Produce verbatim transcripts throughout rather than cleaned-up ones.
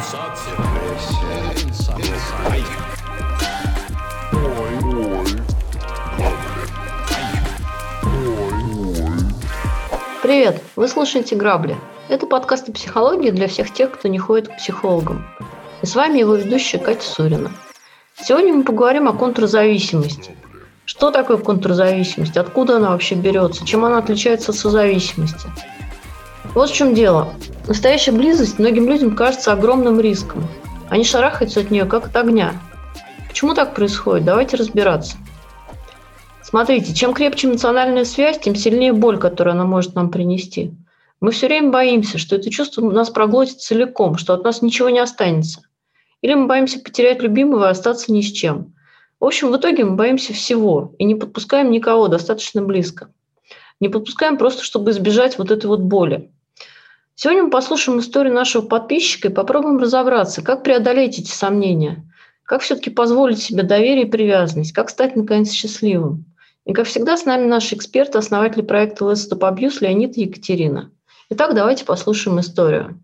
Привет! Вы слушаете «Грабли». Это подкаст о психологии для всех тех, кто не ходит к психологам. И с вами его ведущая Катя Сурина. Сегодня мы поговорим о контрзависимости. Что такое контрзависимость? Откуда она вообще берется? Чем она отличается от созависимости? Вот в чем дело. Настоящая близость многим людям кажется огромным риском. Они шарахаются от нее, как от огня. Почему так происходит? Давайте разбираться. Смотрите, чем крепче эмоциональная связь, тем сильнее боль, которую она может нам принести. Мы все время боимся, что это чувство нас проглотит целиком, что от нас ничего не останется. Или мы боимся потерять любимого и остаться ни с чем. В общем, в итоге мы боимся всего и не подпускаем никого достаточно близко. Не подпускаем просто, чтобы избежать вот этой вот боли. Сегодня мы послушаем историю нашего подписчика и попробуем разобраться, как преодолеть эти сомнения, как все-таки позволить себе доверие и привязанность, как стать, наконец, счастливым. И, как всегда, с нами наши эксперты, основатели проекта Let's Stop Abuse Леонид и Екатерина. Итак, давайте послушаем историю.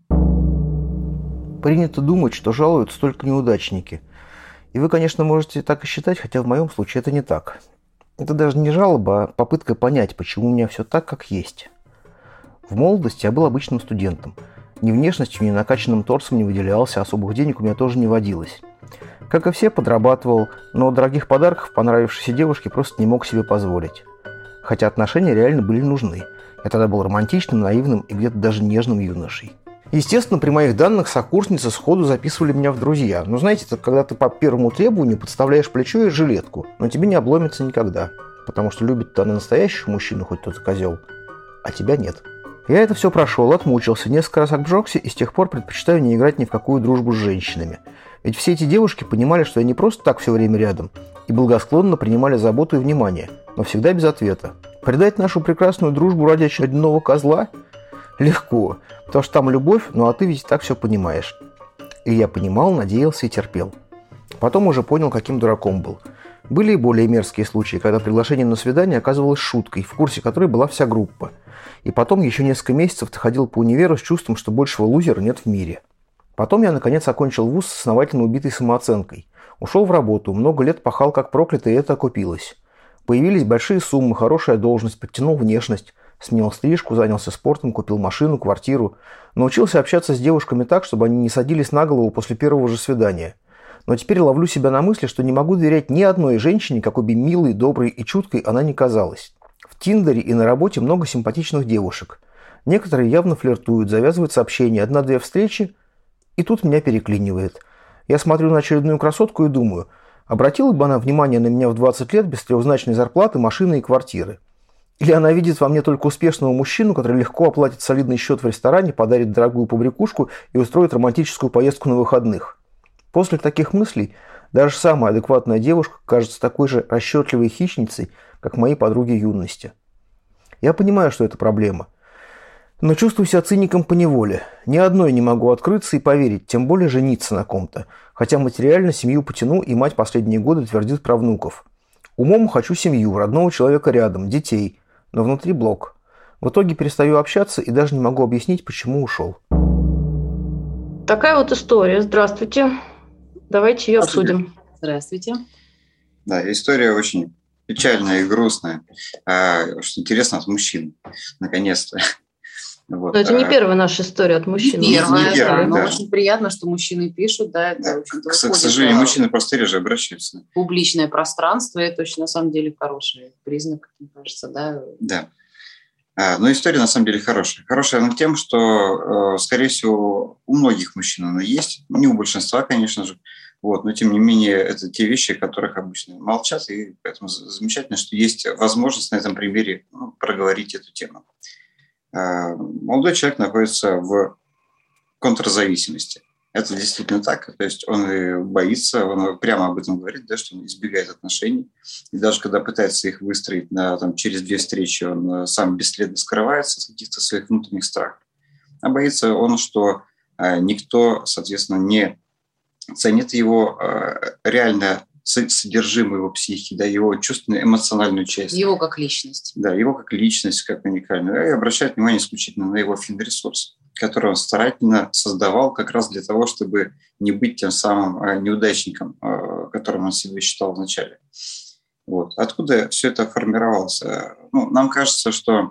Принято думать, что жалуются только неудачники. И вы, конечно, можете так и считать, хотя в моем случае это не так. Это даже не жалоба, а попытка понять, почему у меня все так, как есть. В молодости я был обычным студентом. Ни внешностью, ни накачанным торсом не выделялся, особых денег у меня тоже не водилось. Как и все, подрабатывал, но дорогих подарков понравившейся девушке просто не мог себе позволить. Хотя отношения реально были нужны. Я тогда был романтичным, наивным и где-то даже нежным юношей. Естественно, при моих данных сокурсницы сходу записывали меня в друзья. Но знаете, это когда ты по первому требованию подставляешь плечо и жилетку, но тебе не обломится никогда. Потому что любит-то она настоящего мужчину, хоть тот козел, а тебя нет. Я это все прошел, отмучился, несколько раз обжегся и с тех пор предпочитаю не играть ни в какую дружбу с женщинами. Ведь все эти девушки понимали, что я не просто так все время рядом, и благосклонно принимали заботу и внимание, но всегда без ответа. Предать нашу прекрасную дружбу ради очередного козла? Легко, потому что там любовь, ну а ты ведь так все понимаешь. И я понимал, надеялся и терпел. Потом уже понял, каким дураком был. Были и более мерзкие случаи, когда приглашение на свидание оказывалось шуткой, в курсе которой была вся группа. И потом еще несколько месяцев ты ходил по универу с чувством, что большего лузера нет в мире. Потом я, наконец, окончил вуз с основательно убитой самооценкой. Ушел в работу, много лет пахал как проклятый, и это окупилось. Появились большие суммы, хорошая должность, подтянул внешность, сменил стрижку, занялся спортом, купил машину, квартиру. Научился общаться с девушками так, чтобы они не садились на голову после первого же свидания. Но теперь ловлю себя на мысли, что не могу доверять ни одной женщине, какой бы милой, доброй и чуткой она ни казалась. В Тиндере и на работе много симпатичных девушек. Некоторые явно флиртуют, завязывают сообщения, одна-две встречи, и тут меня переклинивает. Я смотрю на очередную красотку и думаю, обратила бы она внимание на меня в двадцать лет без трехзначной зарплаты, машины и квартиры? Или она видит во мне только успешного мужчину, который легко оплатит солидный счет в ресторане, подарит дорогую побрякушку и устроит романтическую поездку на выходных? После таких мыслей даже самая адекватная девушка кажется такой же расчетливой хищницей, как мои подруги юности. Я понимаю, что это проблема. Но чувствую себя циником поневоле. Ни одной не могу открыться и поверить, тем более жениться на ком-то. Хотя материально семью потяну, и мать последние годы твердит про внуков. Умом хочу семью, родного человека рядом, детей. Но внутри блок. В итоге перестаю общаться и даже не могу объяснить, почему ушел. Такая вот история. Здравствуйте. Давайте ее обсудим. Здравствуйте. Да, история очень печальная и грустная. А, что интересно, от мужчин. Наконец-то. Вот. Но это не первая наша история от мужчин. Не первая, не первая, да, но да. очень приятно, что мужчины пишут, да, это, Да. в общем-то, К, к сожалению, мужчины просто реже обращаются. Публичное пространство, это очень, на самом деле, хороший признак, мне кажется, да. Да. А, но история, на самом деле, хорошая. Хорошая она тем, что, э, скорее всего, у многих мужчин она есть, не у большинства, конечно же, вот, но, тем не менее, это те вещи, о которых обычно молчат, и поэтому замечательно, что есть возможность на этом примере, ну, проговорить эту тему. Молодой человек находится в контрзависимости. Это действительно так. То есть он боится, он прямо об этом говорит, да, что он избегает отношений. И даже когда пытается их выстроить на, там, через две встречи, он сам бесследно скрывается от каких-то своих внутренних страхов. А боится он, что э, никто, соответственно, не ценит его э, реально содержимое его психики, да, его чувственную, эмоциональную часть. Его как личность. Да, его как личность, как уникальную. И обращает внимание исключительно на его финресурс. который он старательно создавал как раз для того, чтобы не быть тем самым неудачником, которым он себя считал вначале. Вот. Откуда все это формировалось? Ну, нам кажется, что,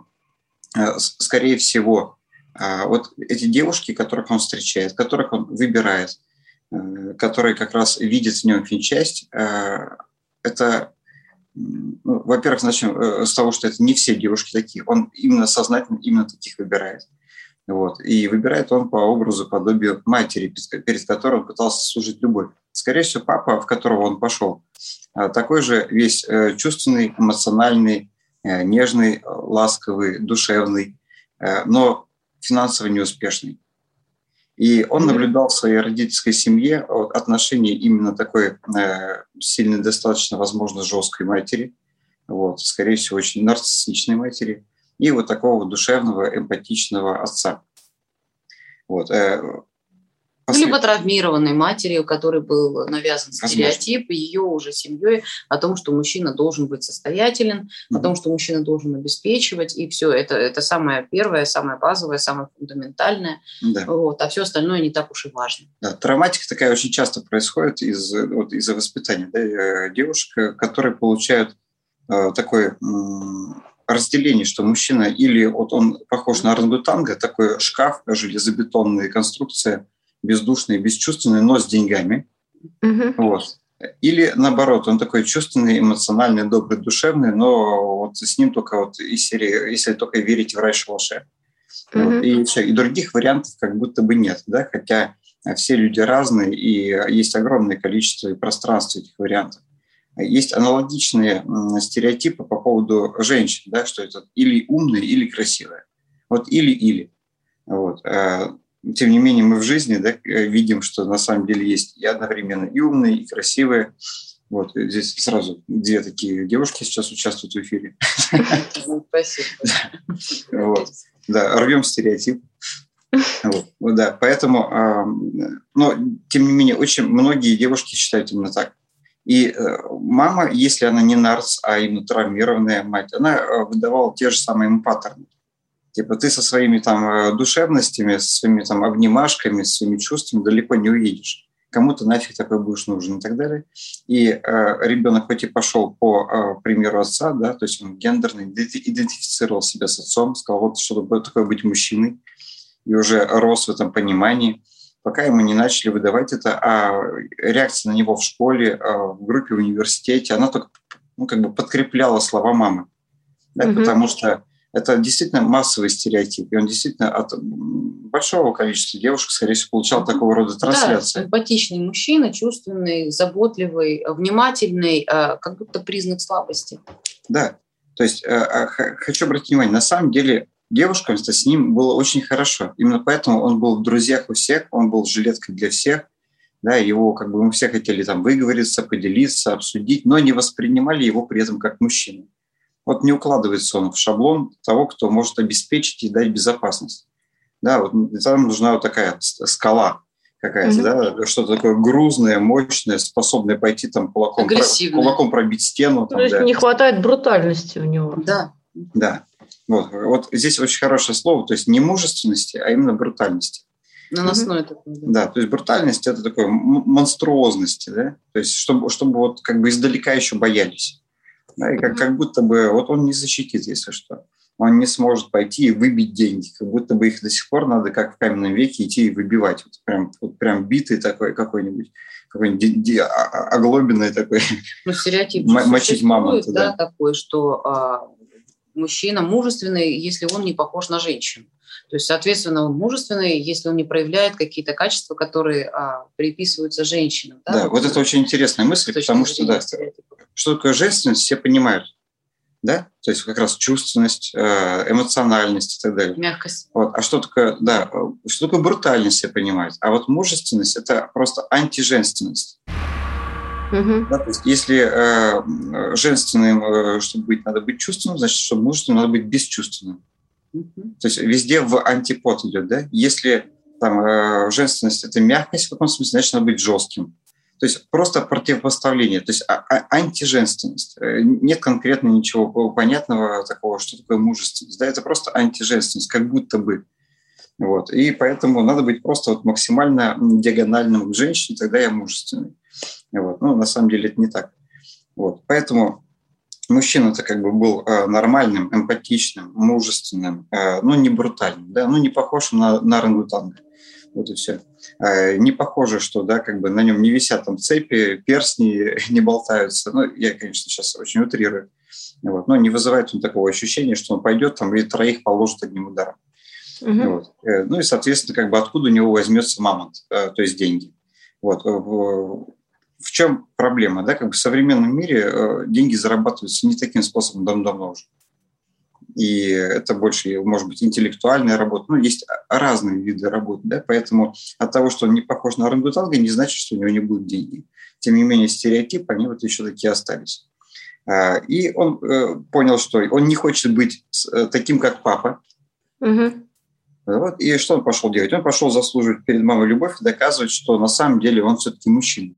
скорее всего, вот эти девушки, которых он встречает, которых он выбирает, которые как раз видят в нем финчасть, это, ну, во-первых, начнем с того, что это не все девушки такие. Он именно сознательно именно таких выбирает. Вот. И выбирает он по образу, подобию матери, перед которой он пытался служить любовь. Скорее всего, папа, в которого он пошел, такой же весь чувственный, эмоциональный, нежный, ласковый, душевный, но финансово неуспешный. И он наблюдал в своей родительской семье отношения именно такой сильной, достаточно, возможно, жесткой матери, вот, скорее всего, очень нарциссичной матери, и вот такого душевного, эмпатичного отца. Вот. Послед... Либо травмированной матери, у которой был навязан стереотип ее уже семьей о том, что мужчина должен быть состоятелен, mm-hmm. о том, что мужчина должен обеспечивать, и все. Это, это самое первое, самое базовое, самое фундаментальное. Да. Вот, а все остальное не так уж и важно. Да, травматика такая очень часто происходит из, вот, из-за воспитания, да, девушек, которые получают э, такой... М- разделение, что мужчина или вот он похож на орангутанга, такой шкаф, железобетонная конструкция, бездушный, бесчувственный, но с деньгами. Mm-hmm. Вот. Или наоборот, он такой чувственный, эмоциональный, добрый, душевный, но вот с ним только вот из серии, если только верить в рай-шалаше. Mm-hmm. Вот. И все. И других вариантов как будто бы нет, да, хотя все люди разные, и есть огромное количество и пространство этих вариантов. Есть аналогичные стереотипы по поводу женщин, да, что это или умные, или красивые. Вот или-или. Вот. Тем не менее, мы в жизни, да, видим, что на самом деле есть и одновременно и умные, и красивые. Вот. Здесь сразу две такие девушки сейчас участвуют в эфире. Спасибо. Вот. Да, рвем стереотип. Вот. Вот, да. Поэтому, но, тем не менее, очень многие девушки считают именно так. И мама, если она не нарцисс, а именно травмированная мать, она выдавала те же самые ему паттерны. Типа ты со своими там душевностями, со своими там обнимашками, со своими чувствами далеко не уедешь. Кому-то нафиг такой будешь нужен и так далее. И э, ребенок хоть и пошел по э, примеру отца, да, то есть он гендерно идентифицировал себя с отцом, сказал, вот что такое быть мужчиной, и уже рос в этом понимании. Пока ему не начали выдавать это, а реакция на него в школе, в группе, в университете, она только, ну, как бы подкрепляла слова мамы. Да, mm-hmm. Потому что это действительно массовый стереотип, и он действительно от большого количества девушек, скорее всего, получал mm-hmm. такого рода трансляции. Да, эмпатичный мужчина, чувственный, заботливый, внимательный, как будто признак слабости. Да, то есть хочу обратить внимание, на самом деле девушкам с ним было очень хорошо. Именно поэтому он был в друзьях у всех, он был жилеткой для всех. Да, его как бы мы все хотели там выговориться, поделиться, обсудить, но не воспринимали его при этом как мужчину. Вот не укладывается он в шаблон того, кто может обеспечить и дать безопасность. Да, вот там нужна вот такая скала какая-то, mm-hmm. да, что-то такое грузное, мощное, способное пойти там кулаком, про, кулаком пробить стену. Там, То есть да. не хватает брутальности у него. Да. Да. Вот, вот здесь очень хорошее слово, то есть не мужественности, а именно брутальности. Наносное mm-hmm. такое. Да. Да, то есть брутальность – это такое монструозности, да, то есть чтобы, чтобы вот как бы издалека еще боялись. Да, и как, mm-hmm. как будто бы вот он не защитит, если что. Он не сможет пойти и выбить деньги, как будто бы их до сих пор надо, как в каменном веке, идти и выбивать. Вот прям, вот прям битый такой какой-нибудь, какой-нибудь оглобенный такой. Ну, стереотип мочить мамонта. Да, да, такой, что а, мужчина мужественный, если он не похож на женщину. То есть, соответственно, он мужественный, если он не проявляет какие-то качества, которые а, приписываются женщинам. Да, да вот, вот это очень интересная мысль, потому что, да, что такое женственность, все понимают. Да? То есть как раз чувственность, эмоциональность и так далее. Мягкость. Вот. А что такое, да, что такое брутальность, все понимают. А вот мужественность – это просто антиженственность. Угу. Да, то есть если э, женственным, э, чтобы быть, надо быть чувственным, значит, чтобы мужественным, надо быть бесчувственным. Угу. То есть везде в антипод идет. Да? Если там, э, женственность – это мягкость, в каком смысле, значит, надо быть жестким. То есть просто противопоставление, то есть а- а- антиженственность. Нет конкретно ничего понятного такого, что такое мужественность. Да? Это просто антиженственность, как будто бы. Вот. И поэтому надо быть просто вот максимально диагональным к женщине, тогда я мужественный. Вот. Ну, на самом деле это не так. Вот. Поэтому мужчина-то как бы был э, нормальным, эмпатичным, мужественным, э, ну, не брутальным, да, ну, не похож на, на орангутанга. Вот и все. Э, не похоже, что, да, как бы на нем не висят там цепи, перстни не болтаются. Ну, я, конечно, сейчас очень утрирую. Вот. Но не вызывает он такого ощущения, что он пойдет там и троих положит одним ударом. Uh-huh. Вот. Э, ну и, соответственно, как бы откуда у него возьмется мамонт, э, то есть деньги. Вот. В чем проблема? Да? Как бы в современном мире э, деньги зарабатываются не таким способом давно-давно уже. И это больше, может быть, интеллектуальная работа. Ну, есть разные виды работы. Да? Поэтому от того, что он не похож на орангутанга, не значит, что у него не будут деньги. Тем не менее, стереотипы, они вот еще такие остались. А, и он э, понял, что он не хочет быть э, таким, как папа. Uh-huh. Вот. И что он пошел делать? Он пошел заслуживать перед мамой любовь и доказывать, что на самом деле он все-таки мужчина.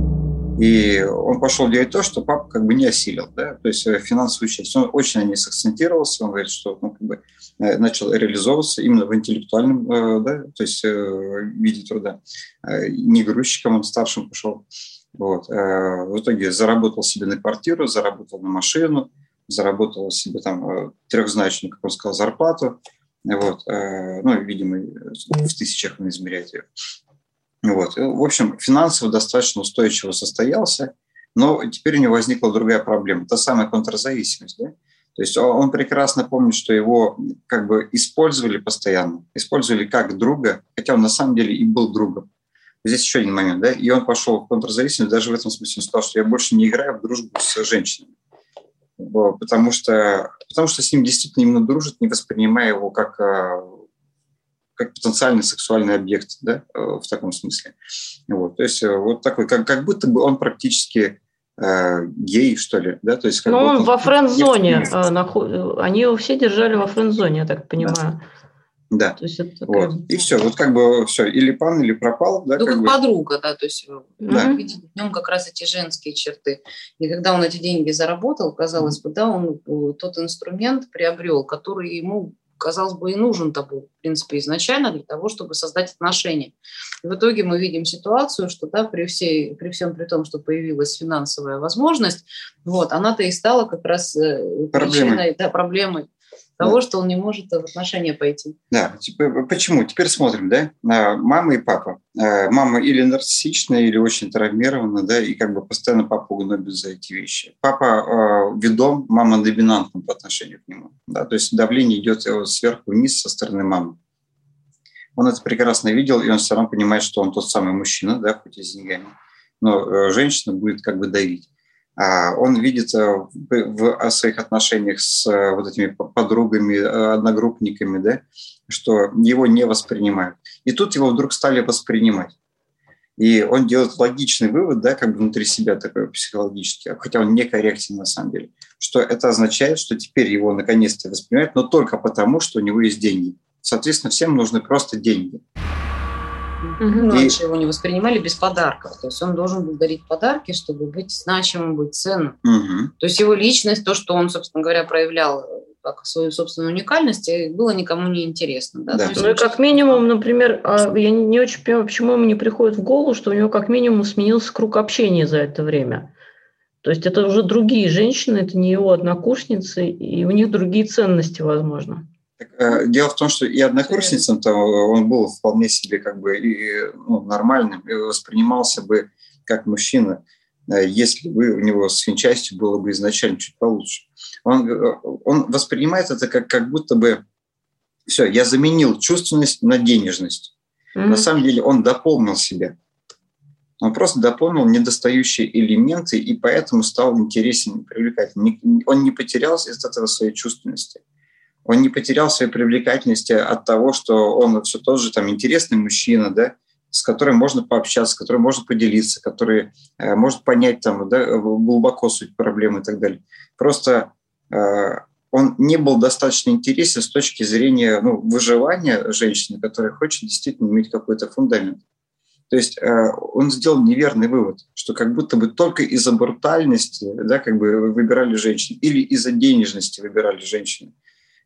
И он пошел делать то, что папа как бы не осилил, да, то есть финансовую часть. Он очень на ней сакцентировался, он говорит, что он как бы начал реализовываться именно в интеллектуальном, да, то есть виде труда. Не грузчиком, он старшим пошел. Вот. В итоге заработал себе на квартиру, заработал на машину, заработал себе там трехзначную, как он сказал, зарплату. Вот. Ну, видимо, в тысячах он измеряет ее. Вот. В общем, финансово достаточно устойчиво состоялся, но теперь у него возникла другая проблема, та самая контрзависимость. Да? То есть он прекрасно помнит, что его как бы использовали постоянно, использовали как друга, хотя он на самом деле и был другом. Здесь еще один момент, да, и он пошел в контрзависимость, даже в этом смысле он сказал, что я больше не играю в дружбу с женщинами, потому что, потому что с ним действительно именно дружат, не воспринимая его как... как потенциальный сексуальный объект, да, в таком смысле. Вот, то есть вот такой, как, как будто бы он практически э, гей, что ли, да, то есть. Как ну, он, он во френд-зоне, э, они его все держали во френд-зоне, я так понимаю. Да. То есть это такая... вот. И все, вот как бы все, или пан, или пропал, да. Ну, как, как бы... подруга, да, то есть да. видите в нем как раз эти женские черты. И когда он эти деньги заработал, казалось бы, да, он тот инструмент приобрел, который ему, казалось бы, и нужен-то был, в принципе, изначально для того, чтобы создать отношения. И в итоге мы видим ситуацию, что да, при, всей, при всем при том, что появилась финансовая возможность, вот, она-то и стала как раз причиной, да, проблемой того, да. что он не может в отношения пойти. Да, типа, почему? Теперь смотрим, да, мама и папа. Мама или нарциссичная, или очень травмирована, да, и как бы постоянно папу гнобит за эти вещи. Папа э, ведом, мама доминантна по отношению к нему, да, то есть давление идет сверху вниз со стороны мамы. Он это прекрасно видел, и он все равно понимает, что он тот самый мужчина, да, хоть и с деньгами, но э, женщина будет как бы давить. Он видит в, в своих отношениях с вот этими подругами, одногруппниками, да, что его не воспринимают. И тут его вдруг стали воспринимать. И он делает логичный вывод, да, как бы внутри себя такой психологический, хотя он некорректен на самом деле, что это означает, что теперь его наконец-то воспринимают, но только потому, что у него есть деньги. Соответственно, всем нужны просто деньги. Угу. Раньше его не воспринимали без подарков. То есть он должен был дарить подарки, чтобы быть значимым, быть ценным. Угу. То есть его личность, то, что он, собственно говоря, проявлял как свою собственную уникальность, было никому не интересно. Да? Да. То есть ну и как минимум, например, я не очень понимаю, почему ему не приходит в голову, что у него как минимум сменился круг общения за это время. То есть это уже другие женщины, это не его однокурсницы, и у них другие ценности, возможно. Дело в том, что и однокурсницам-то он был вполне себе как бы и, ну, нормальным, и воспринимался бы как мужчина, если бы у него с финчастью было бы изначально чуть получше. Он, он воспринимает это как, как будто бы все, я заменил чувственность на денежность. Mm-hmm. На самом деле он дополнил себя. Он просто дополнил недостающие элементы, и поэтому стал интересен и привлекательным. Он не потерял из этого своей чувственности. Он не потерял своей привлекательности от того, что он все тот же там интересный мужчина, да, с которым можно пообщаться, с которым можно поделиться, который э, может понять там, да, глубоко суть проблемы и так далее. Просто э, он не был достаточно интересен с точки зрения, ну, выживания женщины, которая хочет действительно иметь какой-то фундамент. То есть э, он сделал неверный вывод, что как будто бы только из-за брутальности, да, как бы выбирали женщин или из-за денежности выбирали женщин.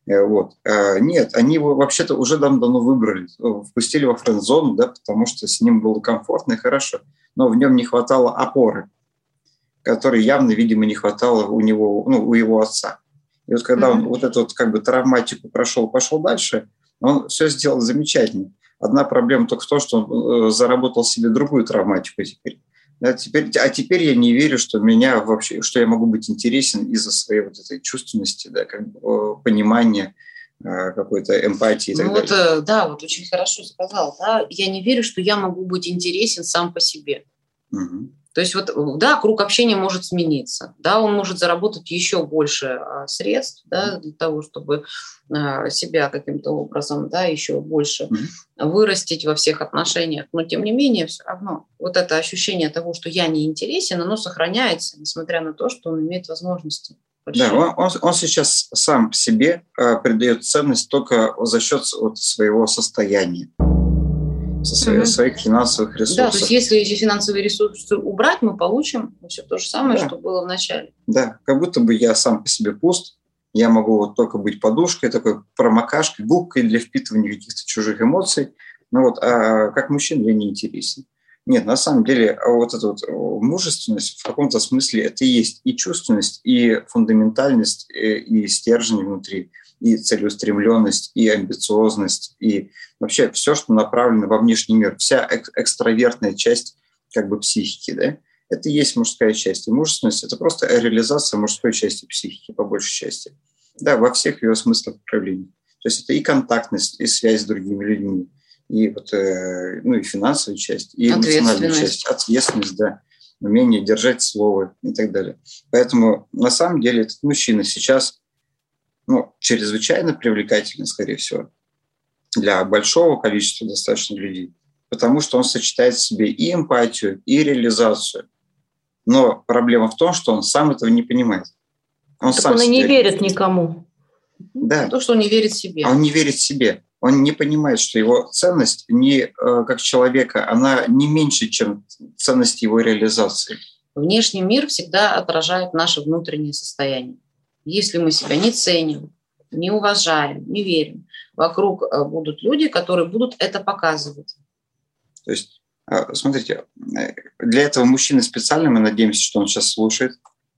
Вот. Нет, они его вообще-то уже давно выбрали, впустили во френд-зону, да, потому что с ним было комфортно и хорошо, но в нем не хватало опоры, которой явно, видимо, не хватало у него, ну, у его отца. И вот когда он mm-hmm. вот эту вот как бы травматику прошел, пошел дальше, он все сделал замечательно. Одна проблема только в том, что он заработал себе другую травматику теперь. Да, теперь, а теперь я не верю, что меня вообще, что я могу быть интересен из-за своей вот этой чувственности, да, как бы, понимания, какой-то эмпатии и так ну далее. Вот, да, вот очень хорошо сказал. Да? Я не верю, что я могу быть интересен сам по себе. Угу. То есть вот, да, круг общения может смениться, да, он может заработать еще больше средств, да, для того, чтобы себя каким-то образом, да, еще больше mm-hmm. вырастить во всех отношениях. Но тем не менее, все равно вот это ощущение того, что я не интересен, оно сохраняется, несмотря на то, что он имеет возможности. Большие. Да, он, он, он сейчас сам себе э, придает ценность только за счет вот, своего состояния. Со своих, mm-hmm. своих финансовых ресурсов. Да, то есть если эти финансовые ресурсы убрать, мы получим все то же самое, да. что было в начале. Да, как будто бы я сам по себе пуст, я могу вот только быть подушкой, такой промокашкой, губкой для впитывания каких-то чужих эмоций, но вот, а как мужчина я не интересен. Нет, на самом деле вот эта вот мужественность в каком-то смысле это и есть и чувственность, и фундаментальность, и стержень внутри, и целеустремленность, и амбициозность, и вообще все, что направлено во внешний мир, вся экстравертная часть как бы психики, да, это и есть мужская часть. И мужественность – это просто реализация мужской части психики, по большей части. Да, во всех ее смыслах проявления. То есть это и контактность, и связь с другими людьми, и, вот, э, ну, и финансовая часть, и эмоциональная часть, ответственность, да, умение держать слово и так далее. Поэтому на самом деле этот мужчина сейчас ну, чрезвычайно привлекательный, скорее всего, для большого количества достаточно людей, потому что он сочетает в себе и эмпатию, и реализацию. Но проблема в том, что он сам этого не понимает. Он, так он и не верит никому. Да. То, что он не верит себе. А он не верит себе. Он не понимает, что его ценность не, как человека, она не меньше, чем ценность его реализации. Внешний мир всегда отражает наше внутреннее состояние. Если мы себя не ценим, не уважаем, не верим, вокруг будут люди, которые будут это показывать. То есть, смотрите, для этого мужчины специально, мы надеемся, что он сейчас слушает.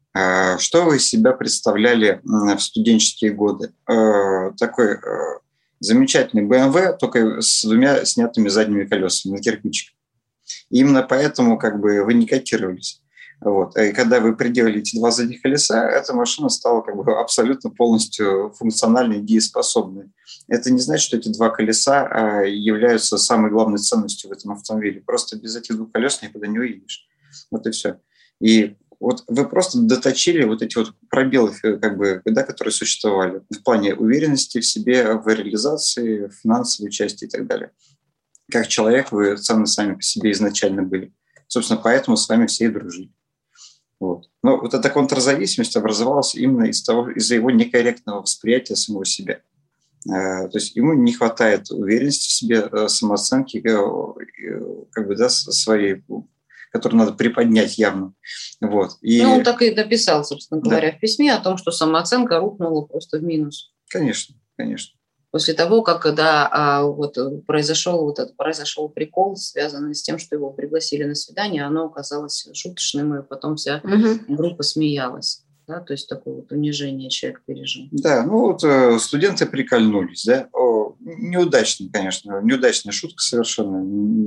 Что вы из себя представляли в студенческие годы? Такой замечательный бэ эм вэ, только с двумя снятыми задними колесами на кирпичиках. И именно поэтому как бы вы не котировались. Вот. И когда вы приделали эти два задних колеса, эта машина стала как бы абсолютно полностью функциональной и дееспособной. Это не значит, что эти два колеса являются самой главной ценностью в этом автомобиле. Просто без этих двух колес никуда не уедешь. Вот и все. И вот вы просто доточили вот эти вот пробелы, как бы, да, которые существовали в плане уверенности в себе, в реализации, в финансовой части и так далее. Как человек вы ценны сами по себе изначально были. Собственно, поэтому с вами все и дружили. Вот. Но вот эта контрзависимость образовалась именно из того, из-за его некорректного восприятия самого себя. То есть ему не хватает уверенности в себе, самооценки, как бы, да, своей, которую надо приподнять явно. Вот. И... Ну, он так и написал, собственно говоря, да. в письме о том, что самооценка рухнула просто в минус. Конечно, конечно. После того, как когда а, вот, произошел, вот этот, произошел прикол, связанный с тем, что его пригласили на свидание, оно оказалось шуточным, и потом вся угу. группа смеялась. Да? То есть такое вот унижение человек пережил. Да, ну вот э, студенты прикольнулись. Да? О, неудачная, конечно, неудачная шутка совершенно,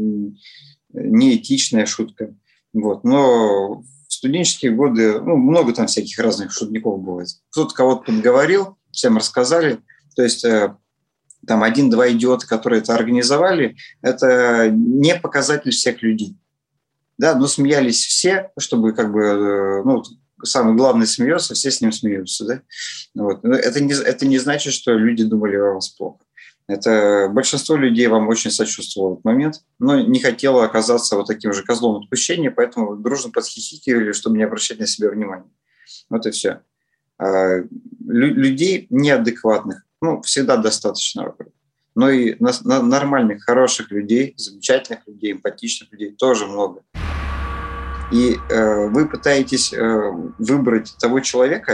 неэтичная шутка. Вот. Но в студенческие годы ну, много там всяких разных шутников бывает. Кто-то кого-то подговорил, всем рассказали. То есть... Э, Там один-два идиота, которые это организовали, это не показатель всех людей. Да, но смеялись все, чтобы как бы, ну, самый главный смеется, все с ним смеются. Да? Вот. Это, не, это не значит, что люди думали о вас плохо. Это большинство людей вам очень сочувствовало в этот момент, но не хотело оказаться вот таким же козлом отпущения, поэтому дружно подхихикивали, чтобы не обращать на себя внимания. Вот и все. А людей неадекватных, ну, всегда достаточно вокруг. Но и на, на нормальных, хороших людей, замечательных людей, эмпатичных людей тоже много. И э, вы пытаетесь э, выбрать того человека,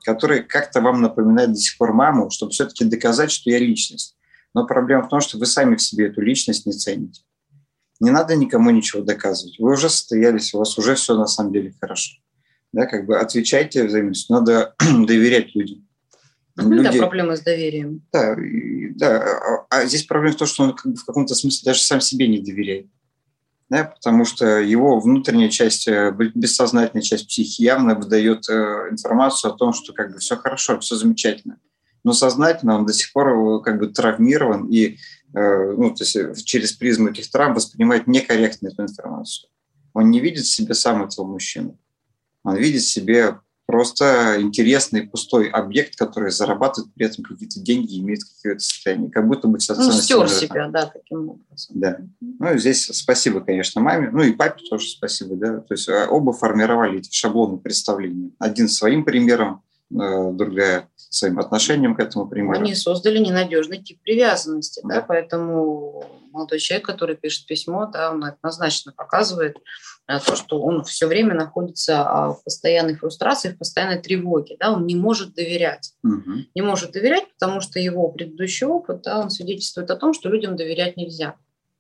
который как-то вам напоминает до сих пор маму, чтобы все-таки доказать, что я личность. Но проблема в том, что вы сами в себе эту личность не цените. Не надо никому ничего доказывать. Вы уже состоялись, у вас уже все на самом деле хорошо. Да, как бы отвечайте взаимностью. Надо доверять людям. Люди, да, проблемы с доверием. Да, и, да. А, а здесь проблема в том, что он как бы в каком-то смысле даже сам себе не доверяет. Да, потому что его внутренняя часть, бессознательная часть психики явно выдает э, информацию о том, что как бы все хорошо, все замечательно. Но сознательно он до сих пор как бы травмирован и э, ну, то есть через призму этих травм воспринимает некорректно эту информацию. Он не видит в себе сам этого мужчину. Он видит в себе просто интересный пустой объект, который зарабатывает при этом какие-то деньги, имеет какое-то состояние. Как будто бы... Ну, стер себя, да, таким образом. Да. Ну, здесь спасибо, конечно, маме. Ну, и папе тоже спасибо, да. То есть оба формировали эти шаблоны представления. Один своим примером, другая своим отношением к этому примеру. Они создали ненадежный тип привязанности, да, да, поэтому молодой человек, который пишет письмо, да, он однозначно показывает то, что он все время находится в постоянной фрустрации, в постоянной тревоге, да, он не может доверять. Угу. Не может доверять, потому что его предыдущий опыт, да, он свидетельствует о том, что людям доверять нельзя.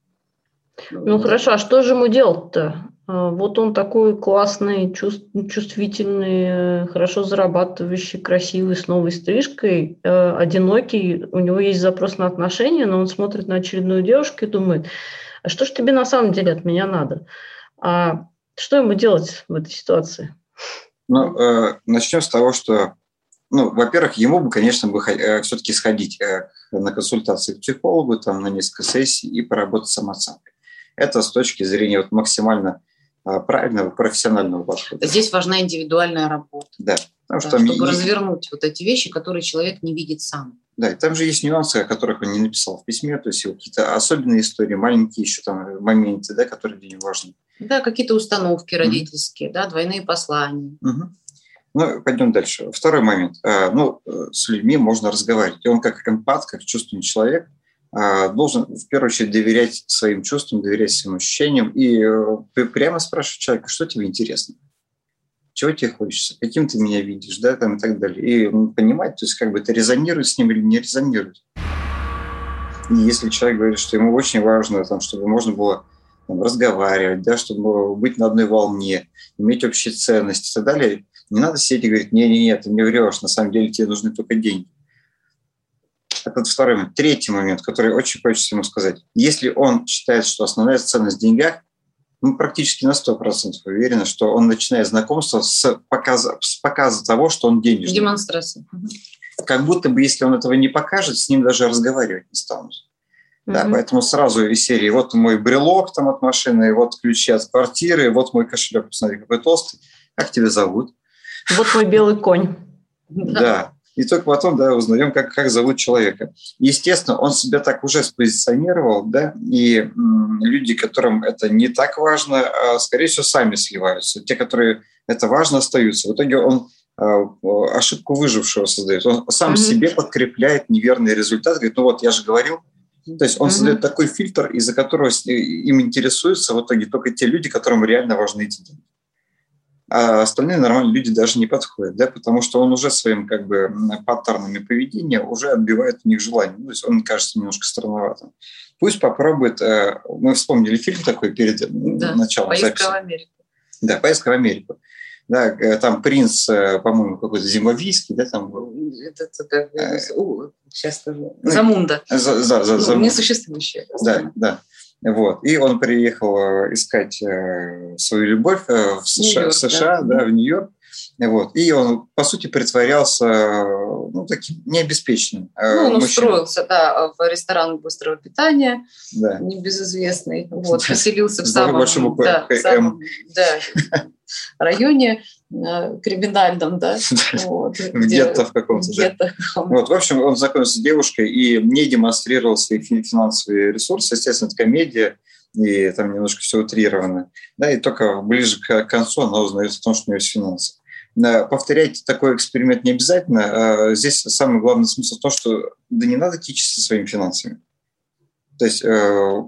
Ну, да. Хорошо, а что же ему делать-то? Вот он такой классный, чувствительный, хорошо зарабатывающий, красивый, с новой стрижкой, одинокий, у него есть запрос на отношения, но он смотрит на очередную девушку и думает, а что же тебе на самом деле от меня надо? А что ему делать в этой ситуации? Ну, э, начнем с того, что, ну, во-первых, ему бы, конечно, бы э, все-таки сходить э, на консультации к психологу, там, на несколько сессий и поработать с самооценкой. Это с точки зрения вот, максимально правильного профессионального подхода. Здесь важна индивидуальная работа. Да. Да, что чтобы есть... развернуть вот эти вещи, которые человек не видит сам. Да, и там же есть нюансы, о которых он не написал в письме, то есть какие-то особенные истории, маленькие еще там моменты, да, которые для него важны. Да, какие-то установки родительские, mm-hmm. да, двойные послания. Mm-hmm. Ну, пойдем дальше. Второй момент. Ну, с людьми можно разговаривать. И он как эмпат, как чувственный человек, должен в первую очередь доверять своим чувствам, доверять своим ощущениям и прямо спрашивать человека, что тебе интересно, чего тебе хочется, каким ты меня видишь, да, там и так далее. И понимать, то есть как бы это резонирует с ним или не резонирует. И если человек говорит, что ему очень важно, там, чтобы можно было там, разговаривать, да, чтобы быть на одной волне, иметь общие ценности и так далее, не надо сидеть и говорить, не-не-не, ты не врешь, на самом деле тебе нужны только деньги. Это второй момент. Третий момент, который очень хочется ему сказать. Если он считает, что основная ценность в деньгах, мы практически на сто процентов уверены, что он начинает знакомство с показа, с показа того, что он денежный. Демонстрация. Как будто бы, если он этого не покажет, с ним даже разговаривать не станут. Mm-hmm. Да, поэтому сразу из серии вот мой брелок там от машины, вот ключи от квартиры, вот мой кошелек, посмотри, какой толстый. Как тебя зовут? Вот мой белый конь. Да. И только потом, да, узнаем, как, как зовут человека. Естественно, он себя так уже спозиционировал, да, и м, люди, которым это не так важно, а, скорее всего, сами сливаются. Те, которые это важно, остаются. В итоге он а, ошибку выжившего создает. Он сам mm-hmm. себе подкрепляет неверный результат. Говорит, ну вот, я же говорил. То есть он mm-hmm. создает такой фильтр, из-за которого им интересуются в итоге только те люди, которым реально важны эти деньги. А остальные нормальные люди даже не подходят, да, потому что он уже своим как бы паттернами поведения уже отбивает у них желание. То есть он кажется немножко странноватым. Пусть попробует. Мы вспомнили фильм такой перед да, началом «Поездка записи. в Америку». Да, «Поездка в Америку». Да, там принц, по-моему, какой-то зимбабвийский, да, там был. Это, это, это, сейчас скажу. Замунда. За, за, за, ну, Замунда. Несуществующая. Да, да. Вот. И он приехал искать свою любовь в США, в США да. Да, в Нью-Йорк. Вот. И он, по сути, притворялся ну, таким необеспеченным Ну, он мужчиной. устроился да, в ресторан быстрого питания, да. небезызвестный. Вот, поселился в С самом, буквы, да, в самом да, районе криминальном, да. Вот, в гетто в каком-то. Гетто. Да. Вот, в общем, он знакомился с девушкой и не демонстрировал свои финансовые ресурсы. Естественно, это комедия, и там немножко все утрировано. Да, и только ближе к концу она узнает о том, что у нее есть финансы. Повторять такой эксперимент не обязательно. Здесь самый главный смысл в том, что да не надо кичиться своими финансами. То есть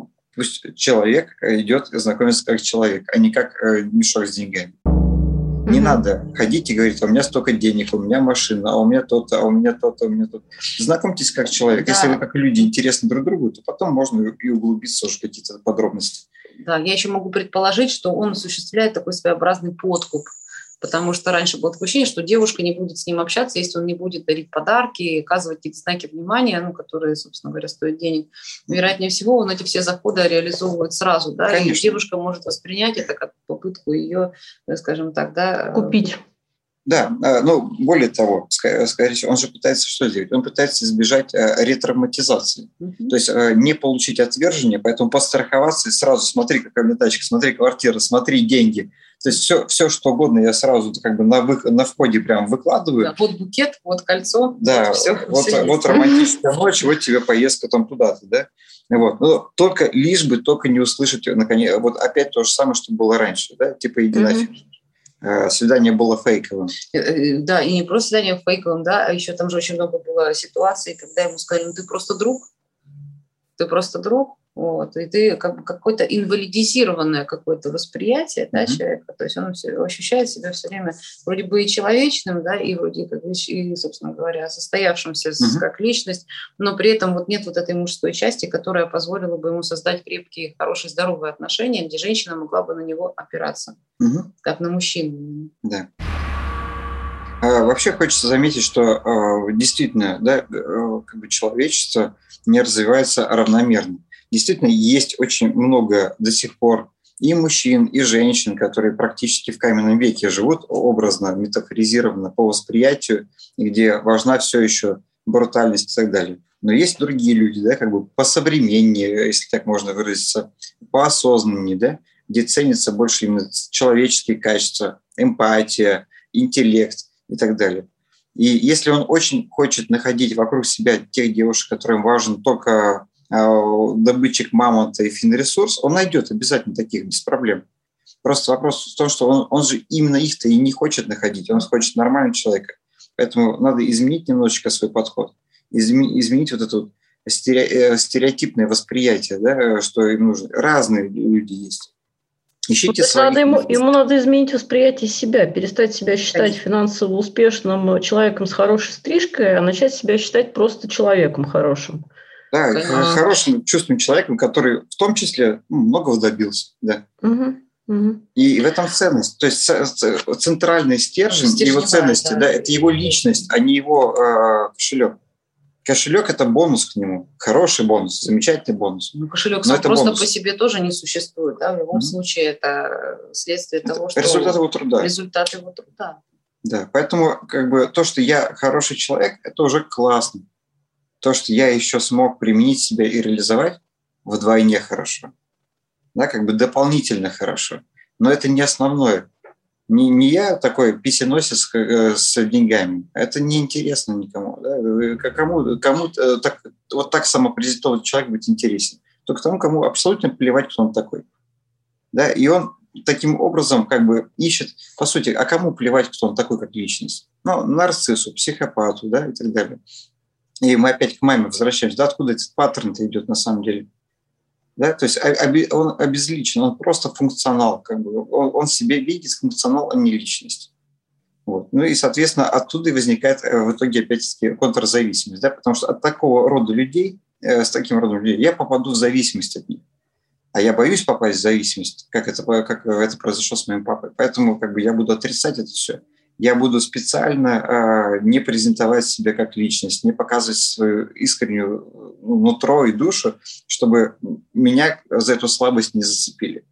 пусть человек идет знакомиться как человек, а не как мешок с деньгами. Не угу. надо ходить и говорить, а у меня столько денег, у меня машина, а у меня то-то, а у меня то-то, а у меня то-то. Знакомьтесь как человек. Да. Если вы как люди интересны друг другу, то потом можно и углубиться уже в какие-то подробности. Да, я еще могу предположить, что он осуществляет такой своеобразный подкуп. Потому что раньше было такое ощущение, что девушка не будет с ним общаться, если он не будет дарить подарки, оказывать какие-то знаки внимания, ну, которые, собственно говоря, стоят денег. Вероятнее всего, он эти все заходы реализовывает сразу, да, Конечно. И девушка может воспринять это как попытку ее, скажем так, да, купить. Да, ну, более того, скорее всего, он же пытается что сделать? Он пытается избежать ретравматизации. Uh-huh. То есть не получить отвержение, поэтому постраховаться и сразу смотри, какая у меня тачка, смотри, квартира, смотри, деньги. То есть все, все что угодно я сразу как бы на, вы, на входе прям выкладываю. Да, вот букет, вот кольцо. Да, вот, все, вот, все вот романтическая ночь, вот тебе поездка там туда-то, да? Вот. Но только лишь бы только не услышать, наконец, вот опять то же самое, что было раньше, да, типа иди нафиг. Uh-huh. Свидание было фейковым. Да, и не просто свидание фейковым, да, а еще там же очень много было ситуаций, когда ему сказали, ну ты просто друг, ты просто друг, вот, и ты как бы какое-то инвалидизированное какое-то восприятие, да, mm-hmm. человека, то есть он все, ощущает себя все время вроде бы и человечным, да, и вроде как бы, и, собственно говоря, состоявшимся mm-hmm. как личность, но при этом вот нет вот этой мужской части, которая позволила бы ему создать крепкие, хорошие, здоровые отношения, где женщина могла бы на него опираться, mm-hmm. как на мужчину. Да. А, вообще хочется заметить, что а, действительно, да, а, как бы человечество не развивается равномерно. Действительно, есть очень много до сих пор и мужчин, и женщин, которые практически в каменном веке живут, образно, метафоризированно по восприятию, где важна все еще брутальность и так далее. Но есть другие люди, да, как бы посовременнее, если так можно выразиться, поосознаннее, да, где ценится больше именно человеческие качества, эмпатия, интеллект и так далее. И если он очень хочет находить вокруг себя тех девушек, которым важен только добытчик мамонта и финресурс, он найдет обязательно таких без проблем. Просто вопрос в том, что он, он же именно их-то и не хочет находить, он хочет нормального человека. Поэтому надо изменить немножечко свой подход, изменить, изменить вот это вот стереотипное восприятие, да, что им нужно. Разные люди есть. Ищите ну, своих. Надо ему, ему надо изменить восприятие себя, перестать себя считать Конечно. финансово успешным человеком с хорошей стрижкой, а начать себя считать просто человеком хорошим. Да, Конечно. хорошим, чувственным человеком, который в том числе ну, многого добился. Да. Угу, угу. И в этом ценность. То есть центральный стержень Стержневая, его ценности, да. Да, это его личность, а не его э, кошелек. Кошелек – это бонус к нему. Хороший бонус, замечательный бонус. Ну, кошелек сам просто бонус. По себе тоже не существует. Да? В любом mm-hmm. случае это следствие это того, что… Результат его труда. Результат его труда. Да, поэтому как бы то, что я хороший человек, это уже классно. То, что я еще смог применить себя и реализовать, вдвойне хорошо. Да, как бы дополнительно хорошо. Но это не основное. Не, не я такой писеносец с, с деньгами. Это неинтересно никому. Да? Кому, кому так, вот так самопрезентованный человек быть интересен? Только тому, кому абсолютно плевать, кто он такой. Да? И он таким образом как бы ищет, по сути, а кому плевать, кто он такой, как личность? Ну, нарциссу, психопату, да, и так далее. И мы опять к маме возвращаемся. Да, откуда этот паттерн-то идет на самом деле? Да, то есть он обезличен, он просто функционал. Как бы. он, он себе видит функционал, а не личность. Вот. Ну и, соответственно, оттуда и возникает в итоге опять-таки контрзависимость. Да, потому что от такого рода людей, с таким родом людей, я попаду в зависимость от них. А я боюсь попасть в зависимость, как это, как это произошло с моим папой. Поэтому как бы, я буду отрицать это все. Я буду специально э, не презентовать себя как личность, не показывать свою искреннюю нутро и душу, чтобы меня за эту слабость не зацепили.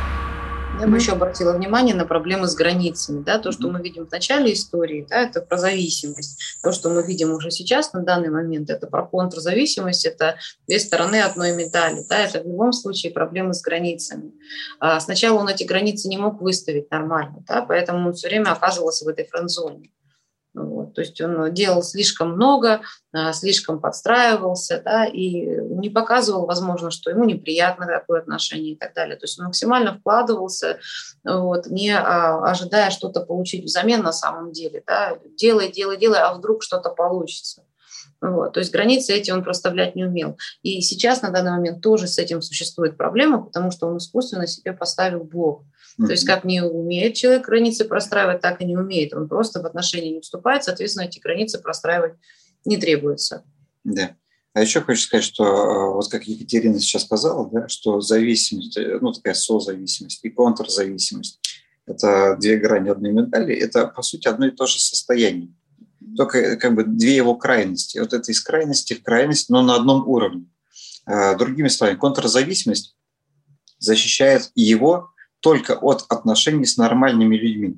Я бы еще обратила внимание на проблемы с границами. Да? То, что мы видим в начале истории, да, это про зависимость. То, что мы видим уже сейчас, на данный момент, это про контрзависимость, это две стороны одной медали. Да? Это в любом случае проблемы с границами. А сначала он эти границы не мог выставить нормально, да? Поэтому он все время оказывался в этой френд-зоне. Вот. То есть он делал слишком много, слишком подстраивался, да, и не показывал, возможно, что ему неприятно такое отношение и так далее. То есть он максимально вкладывался, вот, не ожидая что-то получить взамен на самом деле. Да. Делай, делай, делай, а вдруг что-то получится. Вот. То есть границы эти он проставлять не умел. И сейчас на данный момент тоже с этим существует проблема, потому что он искусственно себе поставил блок. Mm-hmm. То есть как не умеет человек границы простраивать, так и не умеет. Он просто в отношения не вступает, соответственно, эти границы простраивать не требуется. Да. А еще хочу сказать, что вот как Екатерина сейчас сказала, да, что зависимость, ну такая созависимость и контрзависимость – это две грани одной медали, это по сути одно и то же состояние. Только как бы две его крайности. Вот это из крайности в крайность, но на одном уровне. Другими словами, контрзависимость защищает его только от отношений с нормальными людьми.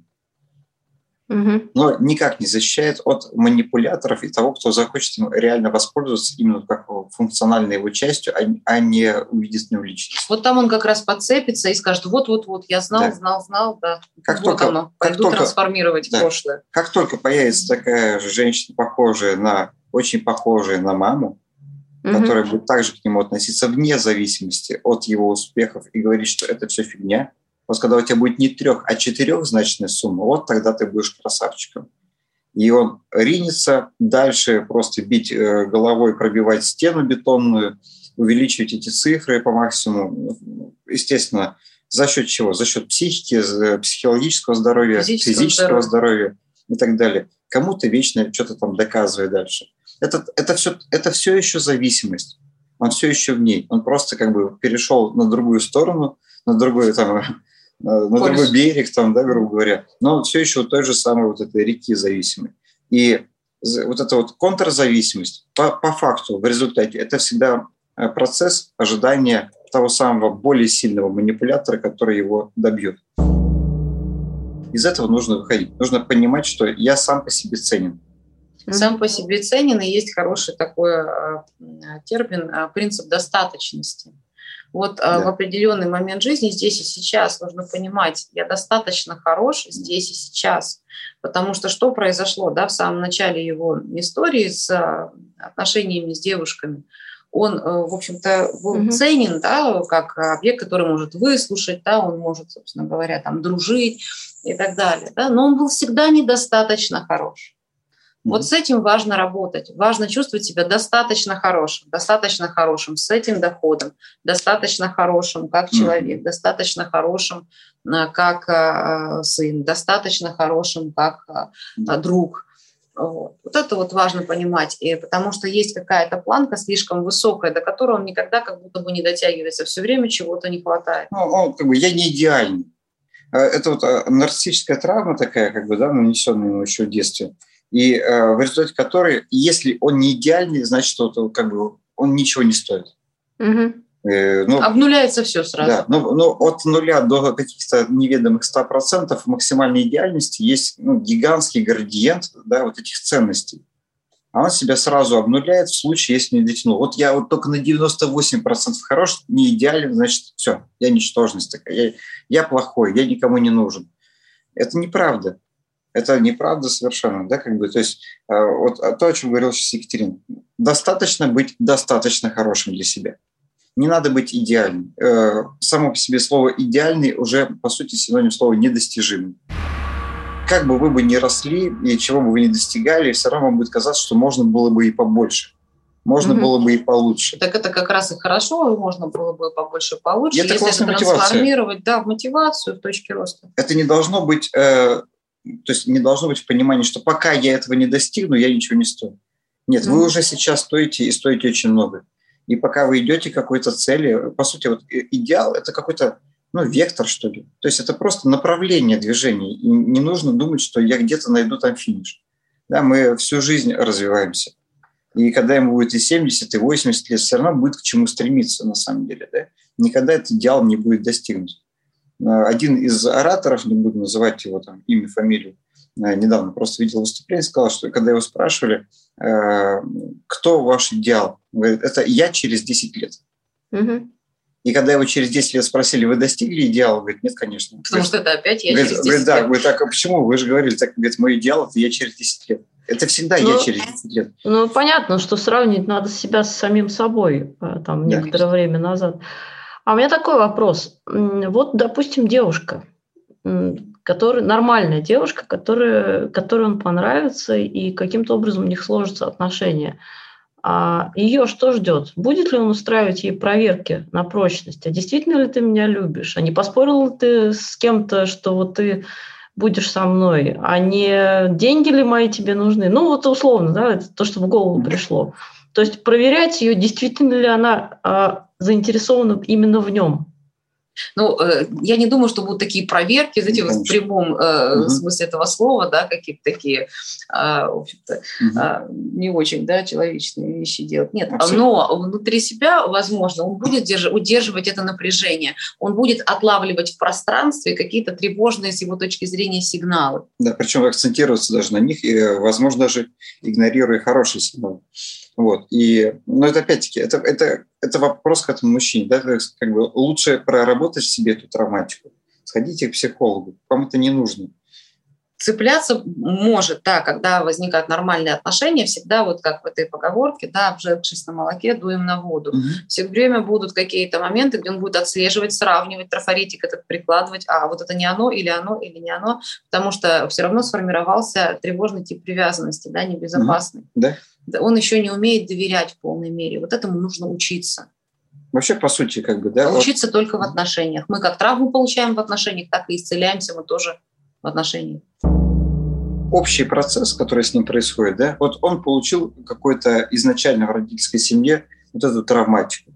Угу. Но никак не защищает от манипуляторов и того, кто захочет им реально воспользоваться именно как функциональной его частью, а не увидит в нем личность. Вот там он как раз подцепится и скажет, вот-вот-вот, я знал, да. знал, знал, да. Как вот только, оно, как пойду только, трансформировать да, прошлое. Как только появится такая же женщина, похожая на, очень похожая на маму, угу. которая будет также к нему относиться вне зависимости от его успехов и говорить, что это все фигня, вот когда у тебя будет не трех, а четырехзначная сумма, вот тогда ты будешь красавчиком. И он ринется дальше просто бить головой, пробивать стену бетонную, увеличивать эти цифры по максимуму. Естественно, за счет чего? За счет психики, психологического здоровья, физического, физического здоровья. здоровья и так далее. Кому-то вечно что-то там доказывает дальше. Это, это, все, это все еще зависимость. Он все еще в ней. Он просто как бы перешел на другую сторону, на другую там... на Полюс. Другой берег, там, да, грубо говоря, но все еще той же самой вот этой реки зависимой. И вот эта вот контрзависимость, по, по факту, в результате, это всегда процесс ожидания того самого более сильного манипулятора, который его добьет. Из этого нужно выходить. Нужно понимать, что я сам по себе ценен. Сам по себе ценен, и есть хороший такой термин, принцип достаточности. Вот да. в определенный момент жизни, здесь и сейчас, нужно понимать, я достаточно хорош здесь и сейчас. Потому что что произошло, да, в самом начале его истории с отношениями с девушками? Он, в общем-то, был угу. ценен, да, как объект, который может выслушать, да, он может, собственно говоря, там, дружить и так далее. Да, но он был всегда недостаточно хорош. Вот с этим важно работать. Важно чувствовать себя достаточно хорошим, достаточно хорошим с этим доходом, достаточно хорошим как человек, mm-hmm. достаточно хорошим как э, сын, достаточно хорошим как э, друг. Вот. вот это вот важно понимать, и потому что есть какая-то планка слишком высокая, до которой он никогда как будто бы не дотягивается, все время чего-то не хватает. Ну, он, как бы, я не идеальный. Это вот нарциссическая травма такая, как бы, да, нанесенная ему еще в детстве. И э, в результате которой, если он не идеальный, значит, что как бы, он ничего не стоит. Угу. Э, ну, Обнуляется все сразу. Да, ну, ну, от нуля до каких-то неведомых ста процентов максимальной идеальности есть ну, гигантский градиент, да, вот этих ценностей. А он себя сразу обнуляет в случае, если не дотянул. Вот я вот только на девяносто восемь процентов хорош, не идеален, значит, все, я ничтожность такая, я, я плохой, я никому не нужен. Это неправда. Это неправда совершенно, да, как бы, то есть вот то, о чем говорил сейчас Екатерина, достаточно быть достаточно хорошим для себя. Не надо быть идеальным. Само по себе слово «идеальный» уже, по сути, синоним слова «недостижимый». Как бы вы бы ни росли и чего бы вы ни достигали, все равно вам будет казаться, что можно было бы и побольше. Можно угу. было бы и получше. Так это как раз и хорошо, можно было бы побольше и получше. Это если это трансформировать да, в мотивацию, в точке роста. Это не должно быть... Э, То есть не должно быть в понимании, что пока я этого не достигну, я ничего не стою. Нет, mm-hmm. вы уже сейчас стоите и стоите очень много. И пока вы идете к какой-то цели, по сути, вот идеал – это какой-то ну, вектор, что ли. То есть это просто направление движения. И не нужно думать, что я где-то найду там финиш. Да, мы всю жизнь развиваемся. И когда ему будет и семьдесят, и восемьдесят лет, все равно будет к чему стремиться на самом деле. Да? Никогда этот идеал не будет достигнут. Один из ораторов, не буду называть его там, имя, фамилию, недавно просто видел выступление, сказал, что когда его спрашивали, кто ваш идеал, он говорит, это я через десять лет. Угу. И когда его через десять лет спросили, вы достигли идеала? Он говорит, нет, конечно. Потому говорит, что это опять я говорит, через десять говорит, лет. Да, говорит, так, а почему? Вы же говорили, так, говорит, мой идеал – это я через десять лет. Это всегда ну, я через десять лет. Ну, понятно, что сравнивать надо себя с самим собой там, да, некоторое время назад. А у меня такой вопрос. Вот, допустим, девушка, которая, нормальная девушка, которая, которой он понравится, и каким-то образом у них сложатся отношения. А ее что ждет? Будет ли он устраивать ей проверки на прочность? А действительно ли ты меня любишь? А не поспорил ли ты с кем-то, что вот ты будешь со мной? А не деньги ли мои тебе нужны? Ну, вот условно, да, это то, что в голову пришло. То есть проверять ее, действительно ли она а, заинтересована именно в нем. Ну, я не думаю, что будут такие проверки, знаете, в прямом э, угу. смысле этого слова, да, какие-то такие, э, в общем-то, угу. э, не очень, да, человечные вещи делать. Нет, абсолютно. Но внутри себя, возможно, он будет держ- удерживать это напряжение, он будет отлавливать в пространстве какие-то тревожные с его точки зрения сигналы. Да, причем акцентироваться даже на них и, возможно, даже игнорируя хорошие сигналы. Вот. И, но это опять-таки, это, это, это вопрос к этому мужчине. Да? Как бы лучше проработать в себе эту травматику. Сходите к психологу. Вам это не нужно. Цепляться может, да, когда возникают нормальные отношения, всегда вот как в этой поговорке, да, обжегшись на молоке, дуем на воду. Угу. Все время будут какие-то моменты, где он будет отслеживать, сравнивать, трафаретик этот прикладывать, а вот это не оно, или оно, или не оно, потому что все равно сформировался тревожный тип привязанности, да, небезопасный. Угу. Да. Он еще не умеет доверять в полной мере. Вот этому нужно учиться. Вообще, по сути, как бы, да. Учиться вот... только в отношениях. Мы как травму получаем в отношениях, так и исцеляемся мы тоже в отношениях. Общий процесс, который с ним происходит, да, вот он получил какой-то изначально в родительской семье вот эту травматику.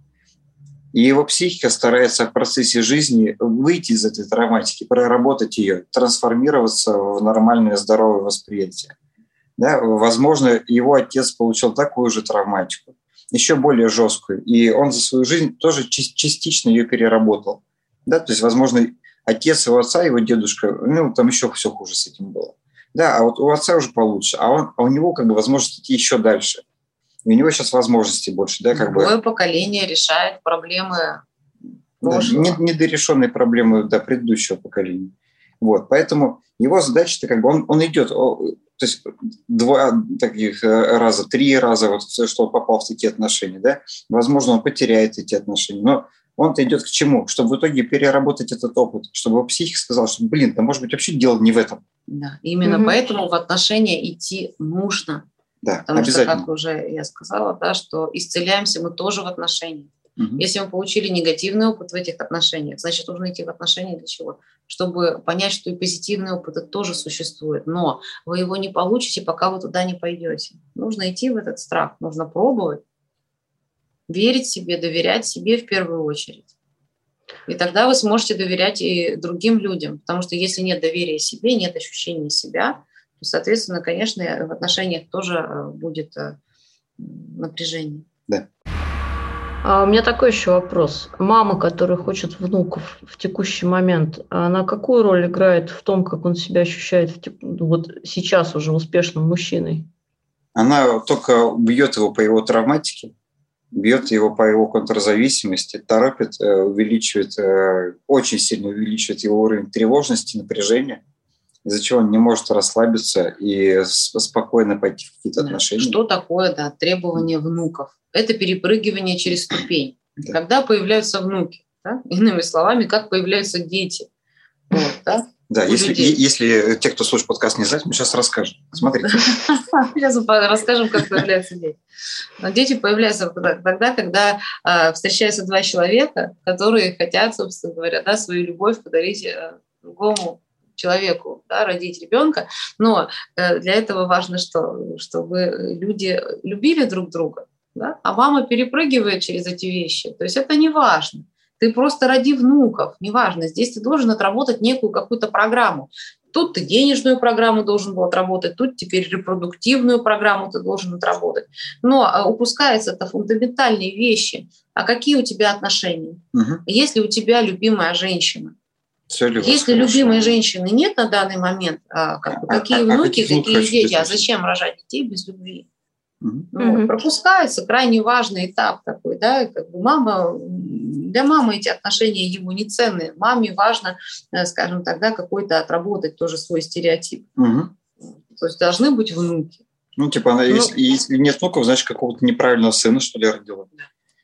И его психика старается в процессе жизни выйти из этой травматики, проработать ее, трансформироваться в нормальное здоровое восприятие. Да, возможно, его отец получил такую же травматику, еще более жесткую, и он за свою жизнь тоже частично ее переработал. Да, то есть, возможно, отец его отца, его дедушка, ну, там еще все хуже с этим было. Да, а вот у отца уже получше, а, он, а у него как бы возможность идти еще дальше. И у него сейчас возможностей больше. Да, как Любое бы, поколение решает проблемы да, недорешенные проблемы да, предыдущего поколения. Вот, поэтому его задача-то как бы он, он идет, то есть два таких раза, три раза, вот, что он попал в такие отношения, да, возможно, он потеряет эти отношения, но он-то идет к чему? Чтобы в итоге переработать этот опыт, чтобы его психика сказала, что, блин, да может быть вообще дело не в этом. Да, именно угу. поэтому в отношения идти нужно. Да, потому что, как уже я сказала, да, что исцеляемся мы тоже в отношениях. Угу. Если мы получили негативный опыт в этих отношениях, значит, нужно идти в отношения для чего? Чтобы понять, что и позитивный опыт тоже существует. Но вы его не получите, пока вы туда не пойдете. Нужно идти в этот страх, нужно пробовать, верить себе, доверять себе в первую очередь. И тогда вы сможете доверять и другим людям. Потому что если нет доверия себе, нет ощущения себя, то, соответственно, конечно, в отношениях тоже будет напряжение. Да. А у меня такой еще вопрос. Мама, которая хочет внуков в текущий момент, она какую роль играет в том, как он себя ощущает в тек... вот сейчас уже успешным мужчиной? Она только бьет его по его травматике, бьет его по его контрзависимости, торопит, увеличивает, очень сильно увеличивает его уровень тревожности, напряжения, из-за чего он не может расслабиться и спокойно пойти в какие-то отношения. Что такое, да, требование внуков? Это перепрыгивание через ступень. Да. Когда появляются внуки, да? Иными словами, как появляются дети. Вот, да? Да, если, если те, кто слушает подкаст, не знают, мы сейчас расскажем. Смотрите. Сейчас расскажем, как появляются дети. Дети появляются тогда, когда э, встречаются два человека, которые хотят, собственно говоря, да, свою любовь подарить э, другому человеку, да, родить ребенка. Но э, для этого важно, что, чтобы люди любили друг друга. Да? А мама перепрыгивает через эти вещи. То есть это не важно. Ты просто роди внуков, неважно. Здесь ты должен отработать некую какую-то программу. Тут ты денежную программу должен был отработать, тут теперь репродуктивную программу ты должен отработать. Но упускаются это фундаментальные вещи. А какие у тебя отношения? Угу. Если у тебя любимая женщина, если любимой женщины нет на данный момент, а, как бы, а, какие а, внуки, а какие дети, а зачем рожать детей без любви? Mm-hmm. Ну, пропускается крайне важный этап такой, да, как бы мама, для мамы эти отношения ему не ценны. Маме важно, скажем так, да, какой-то отработать тоже свой стереотип. Mm-hmm. То есть должны быть внуки. Ну, типа, она, ну, если, если нет внуков, значит, какого-то неправильного сына, что ли, родила.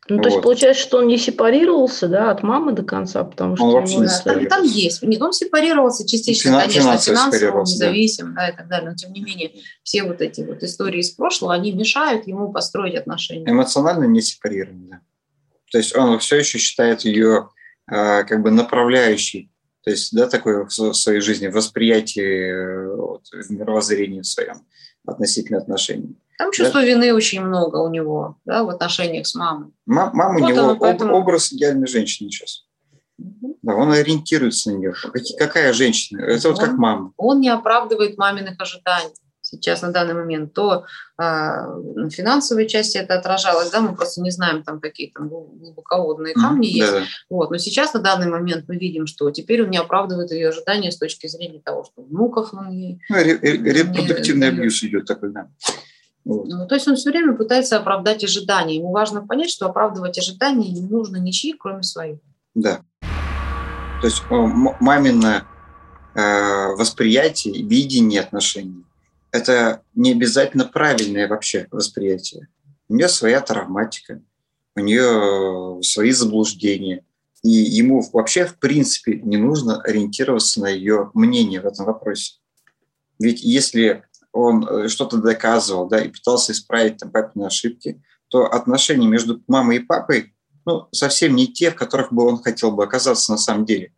Ну, то есть получается, что он не сепарировался, да, от мамы до конца, потому что он вообще его... не там, там есть. Нет, он сепарировался частично, Финан- конечно, финансово финансово, независим, да. да, и так далее. Но тем не менее, все вот эти вот истории из прошлого, они мешают ему построить отношения. Эмоционально не сепарирован, да. То есть он все еще считает ее э, как бы направляющей, то есть, да, такое в своей жизни восприятие э, вот, в мировоззрении своем относительно отношений. Там чувство да? вины очень много у него, да, в отношениях с мамой. М- мама вот у него оно, поэтому... образ идеальной женщины сейчас. Угу. Да, он ориентируется на нее. Какая женщина? Это он, вот как мама. Он не оправдывает маминых ожиданий сейчас на данный момент. То а, на финансовой части это отражалось, да, мы просто не знаем, там какие там глубоководные камни mm-hmm. есть. Да, да. Вот. Но сейчас на данный момент мы видим, что теперь он не оправдывает ее ожидания с точки зрения того, что внуков он ей... Ну, репродуктивный абьюз идет такой, да. Вот. Ну, то есть он все время пытается оправдать ожидания. Ему важно понять, что оправдывать ожидания не нужно ничьи, кроме своих. Да. То есть мамино э, восприятие, видение отношений – это не обязательно правильное вообще восприятие. У нее своя травматика, у нее свои заблуждения. И ему вообще, в принципе, не нужно ориентироваться на ее мнение в этом вопросе. Ведь если он что-то доказывал, да, и пытался исправить там папины ошибки, то отношения между мамой и папой ну, совсем не те, в которых бы он хотел бы оказаться на самом деле.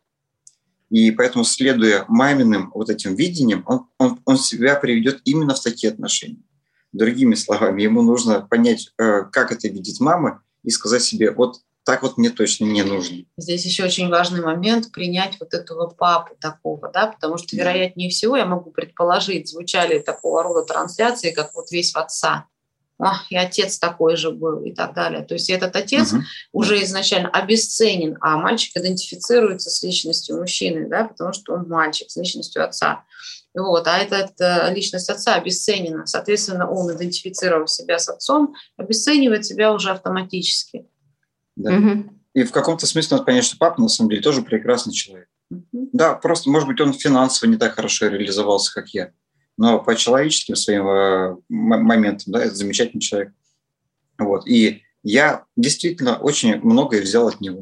И поэтому, следуя маминым вот этим видениям, он, он, он себя приведет именно в такие отношения. Другими словами, ему нужно понять, как это видит мама, и сказать себе, вот так вот мне точно не нужно. Здесь еще очень важный момент принять вот этого папу такого, да, потому что, вероятнее всего, я могу предположить, звучали такого рода трансляции, как вот весь в отца. Ах, и отец такой же был, и так далее. То есть этот отец uh-huh. уже изначально обесценен, а мальчик идентифицируется с личностью мужчины, да, потому что он мальчик, с личностью отца. Вот, а эта, эта личность отца обесценена. Соответственно, он, идентифицировав себя с отцом, обесценивает себя уже автоматически. Да. Uh-huh. И в каком-то смысле надо понять, что папа, на самом деле, тоже прекрасный человек. Uh-huh. Да, просто, может быть, он финансово не так хорошо реализовался, как я. Но по человеческим своим э, моментам, да, это замечательный человек. Вот. И я действительно очень многое взял от него.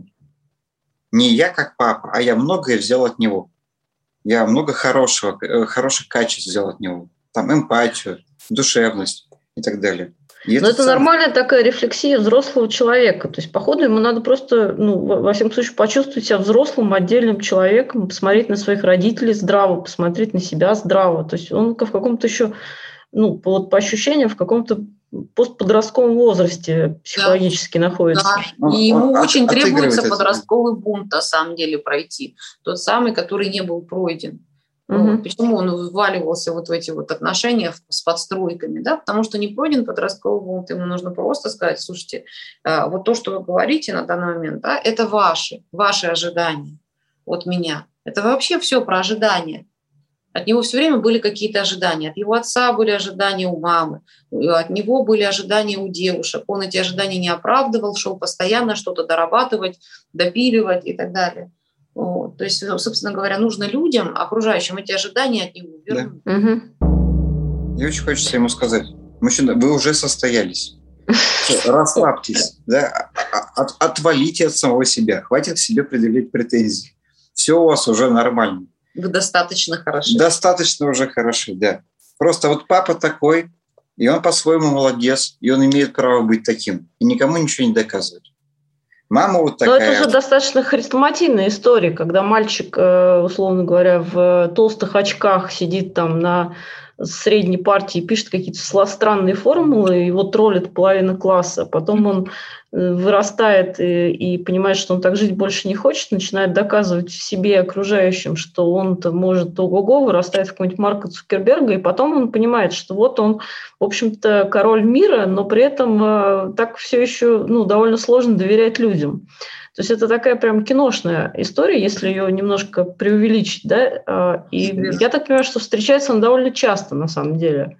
Не я как папа, а я многое взял от него. Я много хорошего, э, хороших качеств взял от него. Там эмпатию, душевность и так далее. И Но это, это сам... нормальная такая рефлексия взрослого человека. То есть, походу, ему надо просто, ну, во всяком случае, почувствовать себя взрослым, отдельным человеком, посмотреть на своих родителей здраво, посмотреть на себя здраво. То есть он в каком-то еще, ну, вот по ощущениям, в каком-то постподростковом возрасте психологически да. находится. Да. И ему он очень требуется подростковый бунт, на самом деле, пройти. Тот самый, который не был пройден. Uh-huh. Почему он вваливался вот в эти вот отношения с подстройками, да? Потому что не пройден подростковый бунт, ему нужно просто сказать, слушайте, вот то, что вы говорите на данный момент, да, это ваши, ваши ожидания от меня. Это вообще все про ожидания. От него все время были какие-то ожидания. От его отца были ожидания у мамы, от него были ожидания у девушек. Он эти ожидания не оправдывал, шел постоянно что-то дорабатывать, допиливать и так далее. Вот. То есть, собственно говоря, нужно людям, окружающим, эти ожидания от него вернуть. Да. Угу. Мне очень хочется ему сказать, мужчина, вы уже состоялись. Расслабьтесь, да? от, отвалите от самого себя. Хватит к себе предъявлять претензии. Все у вас уже нормально. Вы достаточно хороши. Достаточно уже хороши, да. Просто вот папа такой, и он по-своему молодец, и он имеет право быть таким. И никому ничего не доказывать. Мама вот такая. Но это уже достаточно хрестоматийная история, когда мальчик, условно говоря, в толстых очках сидит там на средней партии, пишет какие-то странные формулы, его троллит половина класса. Потом он вырастает и, и понимает, что он так жить больше не хочет, начинает доказывать себе и окружающим, что он-то может ого-го, вырастает в какого-нибудь Марка Цукерберга, и потом он понимает, что вот он, в общем-то, король мира, но при этом э, так все еще ну, довольно сложно доверять людям. То есть это такая прям киношная история, если ее немножко преувеличить, да, и я так понимаю, что встречается он довольно часто на самом деле.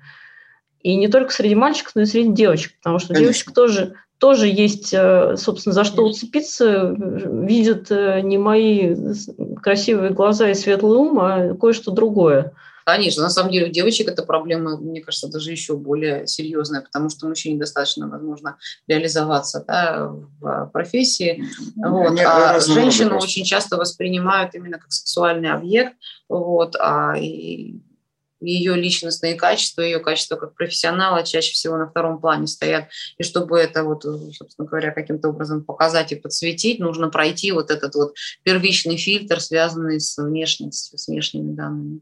И не только среди мальчиков, но и среди девочек, потому что Конечно. девочек тоже, тоже есть, собственно, за что уцепиться, видят не мои красивые глаза и светлый ум, а кое-что другое. Конечно, на самом деле у девочек эта проблема, мне кажется, даже еще более серьезная, потому что мужчине достаточно, возможно, реализоваться, да, в профессии. Вот. А женщину очень часто воспринимают именно как сексуальный объект, вот, а и ее личностные качества, ее качества как профессионала чаще всего на втором плане стоят. И чтобы это, вот, собственно говоря, каким-то образом показать и подсветить, нужно пройти вот этот вот первичный фильтр, связанный с внешностью, с внешними данными.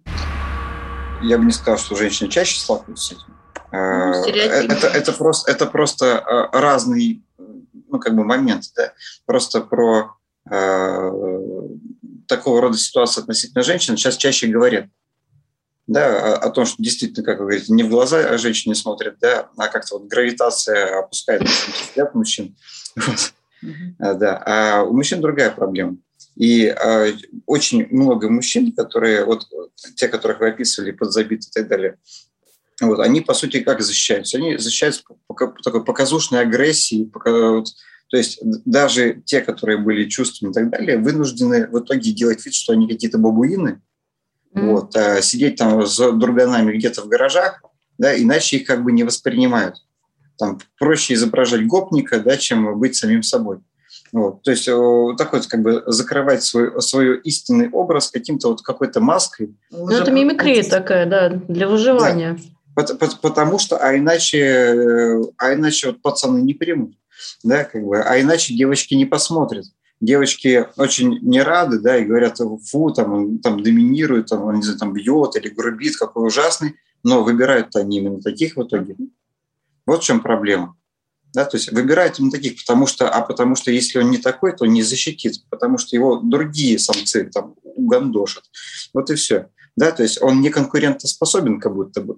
Я бы не сказал, что женщины чаще сталкиваются с этим. Ну, это, это, просто, это просто разный, ну, как бы момент, да? Просто про э, такого рода ситуации относительно женщин сейчас чаще говорят. Да, о, о том, что действительно, как вы говорите, не в глаза женщине смотрят, да, а как-то вот гравитация опускает взгляд мужчин. Вот. Mm-hmm. Да. А у мужчин другая проблема. И а, очень много мужчин, которые, вот те, которых вы описывали, подзабиты и так далее, вот, они, по сути, как защищаются? Они защищаются по такой показушной агрессии, пока, вот, то есть даже те, которые были чувствами и так далее, вынуждены в итоге делать вид, что они какие-то бабуины, mm-hmm. вот, а сидеть там с друганами где-то в гаражах, да, иначе их как бы не воспринимают. Там проще изображать гопника, да, чем быть самим собой. Вот, то есть вот так вот как бы закрывать свой, свой истинный образ каким-то вот какой-то маской. Ну, это мимикрия такая, да, для выживания. Да, потому что, а иначе, а иначе вот пацаны не примут, да, как бы, а иначе девочки не посмотрят. Девочки очень не рады, да, и говорят, фу, там он там доминирует, там, он, не знаю, там бьет или грубит, какой ужасный, но выбирают-то они именно таких в итоге. Вот в чем проблема. Да, то есть выбирают именно таких, потому что, а потому что если он не такой, то он не защитит, потому что его другие самцы там угандошат. Вот и все. Да, то есть он не конкурентоспособен как будто бы.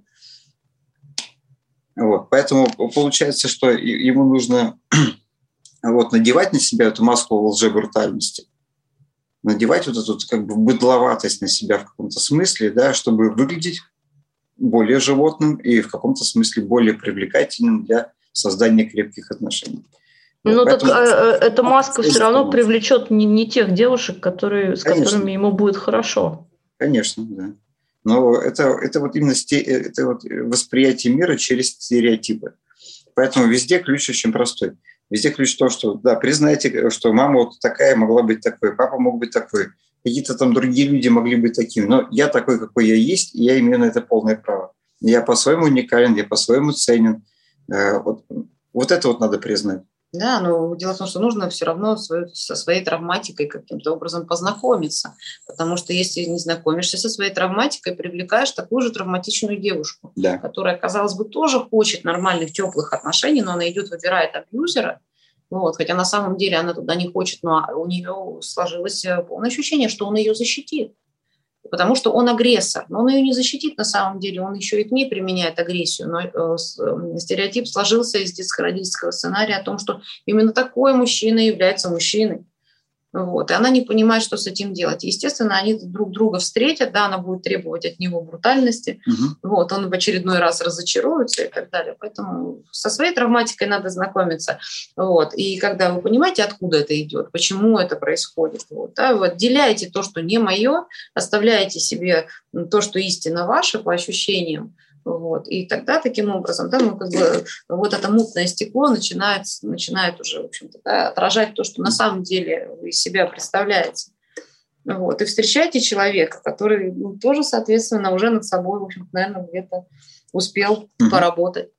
Вот, поэтому получается, что ему нужно вот, надевать на себя эту маску лжебрутальности, надевать вот эту как бы быдловатость на себя в каком-то смысле, да, чтобы выглядеть более животным и в каком-то смысле более привлекательным для создания крепких отношений. Ну, вот, так поэтому... эта маска все равно привлечет не, не тех девушек, которые, с Конечно. Которыми ему будет хорошо. Конечно, да. Но это, это вот именно сте... это вот восприятие мира через стереотипы. Поэтому везде ключ очень простой. Везде ключ в том, что, да, признайте, что мама вот такая могла быть такой, папа мог быть такой, какие-то там другие люди могли быть такими. Но я такой, какой я есть, и я имею на это полное право. Я по-своему уникален, я по-своему ценен. Вот, вот это вот надо признать. Да, но дело в том, что нужно все равно свою, со своей травматикой каким-то образом познакомиться, потому что если не знакомишься со своей травматикой, привлекаешь такую же травматичную девушку, да. которая, казалось бы, тоже хочет нормальных, теплых отношений, но она идет, выбирает абьюзера, вот, хотя на самом деле она туда не хочет, но у нее сложилось полное ощущение, что он ее защитит. Потому что он агрессор, но он ее не защитит на самом деле, он еще и к ней применяет агрессию. Но э, стереотип сложился из детско-родительского сценария о том, что именно такой мужчина является мужчиной. Вот. И она не понимает, что с этим делать. Естественно, они друг друга встретят, да, она будет требовать от него брутальности, угу. вот, он в очередной раз разочаруется и так далее. Поэтому со своей травматикой надо знакомиться. Вот. И когда вы понимаете, откуда это идет, почему это происходит, вот, да, вы отделяете то, что не мое, оставляете себе то, что истинно ваше по ощущениям. Вот. И тогда таким образом, да, ну, как бы, вот это мутное стекло начинает, начинает уже, в общем-то, да, отражать то, что на самом деле вы из себя представляете. Вот. И встречаете человека, который, ну, тоже, соответственно, уже над собой, в общем-то, наверное, где-то успел mm-hmm. поработать.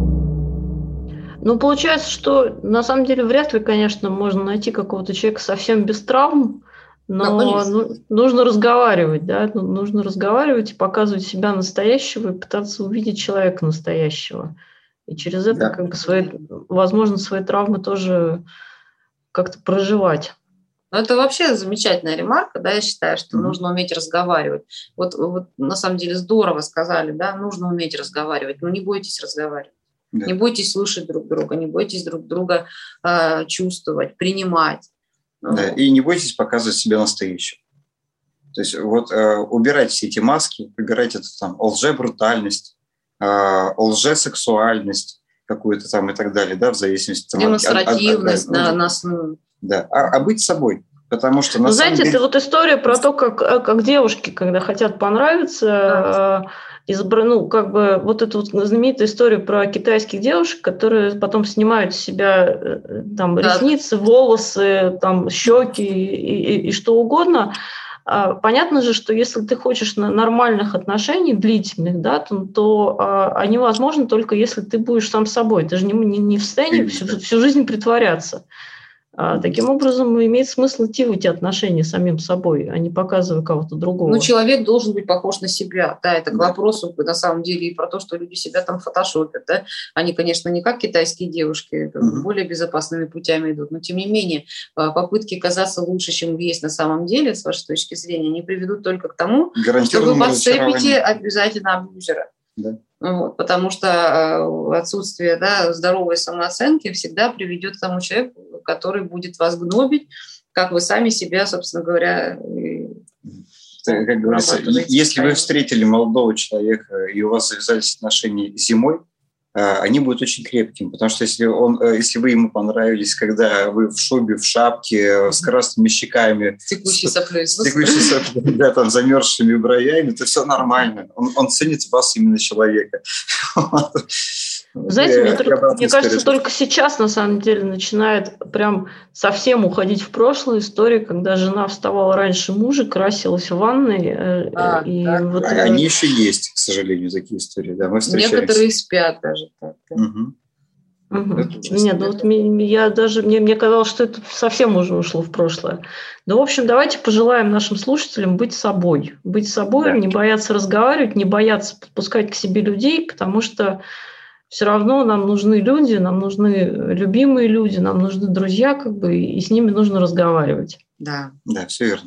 Ну, получается, что на самом деле вряд ли, конечно, можно найти какого-то человека совсем без травм, но ну, нужно разговаривать, да, нужно разговаривать и показывать себя настоящего и пытаться увидеть человека настоящего. И через это, да. как бы, свои, возможно, свои травмы тоже как-то проживать. Ну, это вообще замечательная ремарка, да, я считаю, что mm-hmm. нужно уметь разговаривать. Вот, вот на самом деле здорово сказали, да, нужно уметь разговаривать, но не бойтесь разговаривать. Да. Не бойтесь слушать друг друга, не бойтесь друг друга э, чувствовать, принимать. Да, и не бойтесь показывать себя настоящим. То есть вот э, убирайте все эти маски, убирайте эту там лже-брутальность, э, лже-сексуальность какую-то там и так далее, да, в зависимости там, демонстративность, от, от, от, от, да, нас. Да, а, а быть собой. Потому что, на ну, самом знаете, деле... это вот история про то, как, как девушки, когда хотят понравиться, да. избра... ну, как бы вот эту вот знаменитую историю про китайских девушек, которые потом снимают с себя там, да. ресницы, волосы, там, щеки и, и, и что угодно. Понятно же, что если ты хочешь нормальных отношений, длительных, да, то, то а, они возможны только если ты будешь сам собой. Ты же не, не, не в состоянии всю, всю жизнь притворяться. А, таким образом, имеет смысл идти в эти отношения самим собой, а не показывая кого-то другого. Ну, человек должен быть похож на себя. Да, это к вопросу, на самом деле, и про то, что люди себя там фотошопят. Да? Они, конечно, не как китайские девушки, mm-hmm. более безопасными путями идут, но, тем не менее, попытки казаться лучше, чем вы есть на самом деле, с вашей точки зрения, они приведут только к тому, что вы подцепите обязательно абьюзера. Да. Вот, потому что отсутствие да, здоровой самооценки всегда приведет к тому человеку, который будет вас гнобить, как вы сами себя, собственно говоря, как говорится, если вы встретили молодого человека и у вас завязались отношения зимой, они будут очень крепкими, потому что если, он, если вы ему понравились, когда вы в шубе, в шапке, с красными щеками, с текущей соплей, с текущей соплей, да, там, замерзшими бровями, то все нормально. Он, он ценит вас именно человека. Знаете, мне, только, мне кажется, только сейчас, на самом деле, начинает прям совсем уходить в прошлое история, когда жена вставала раньше мужа, красилась в ванной. А, и да, вот а, они еще есть, к сожалению, такие истории. Да, мы встречаемся. Некоторые спят даже так. Да. Угу. Угу. Нет, ну вот я даже, мне, мне казалось, что это совсем уже ушло в прошлое. Ну, в общем, давайте пожелаем нашим слушателям быть собой. Быть собой, да. Не бояться разговаривать, не бояться подпускать к себе людей, потому что все равно нам нужны люди, нам нужны любимые люди, нам нужны друзья, как бы, и с ними нужно разговаривать. Да, да, все верно.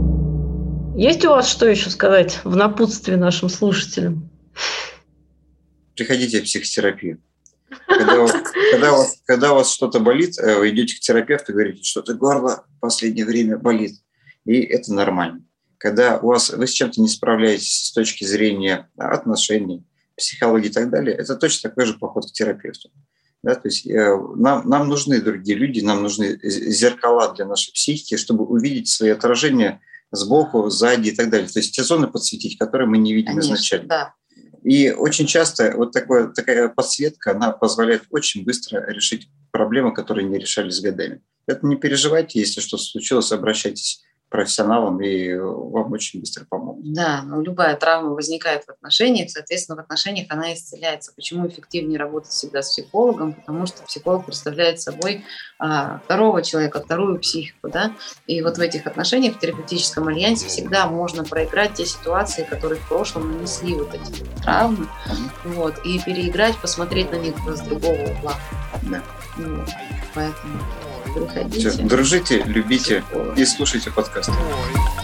Есть у вас что еще сказать в напутствие нашим слушателям? Приходите в психотерапию. Когда у, вас, когда, у вас, когда у вас что-то болит, вы идете к терапевту и говорите, что-то горло в последнее время болит. И это нормально. Когда у вас, вы с чем-то не справляетесь с точки зрения отношений, психологии и так далее, это точно такой же поход к терапевту. Да, то есть э, нам, нам нужны другие люди, нам нужны зеркала для нашей психики, чтобы увидеть свои отражения сбоку, сзади и так далее. То есть те зоны подсветить, которые мы не видим Конечно, изначально. Да. И очень часто вот такое, такая подсветка, она позволяет очень быстро решить проблемы, которые не решались годами. Поэтому не переживайте, если что-то случилось, обращайтесь к профессионалам, и вам очень быстро помогут. Да, но любая травма возникает в отношениях, соответственно, в отношениях она исцеляется. Почему эффективнее работать всегда с психологом? Потому что психолог представляет собой а, второго человека, вторую психику, да, и вот в этих отношениях, в терапевтическом альянсе всегда можно проиграть те ситуации, которые в прошлом нанесли вот эти травмы, mm-hmm. вот, и переиграть, посмотреть на них с другого угла. Да. Вот, поэтому... Приходите. Все, дружите, любите и слушайте подкасты.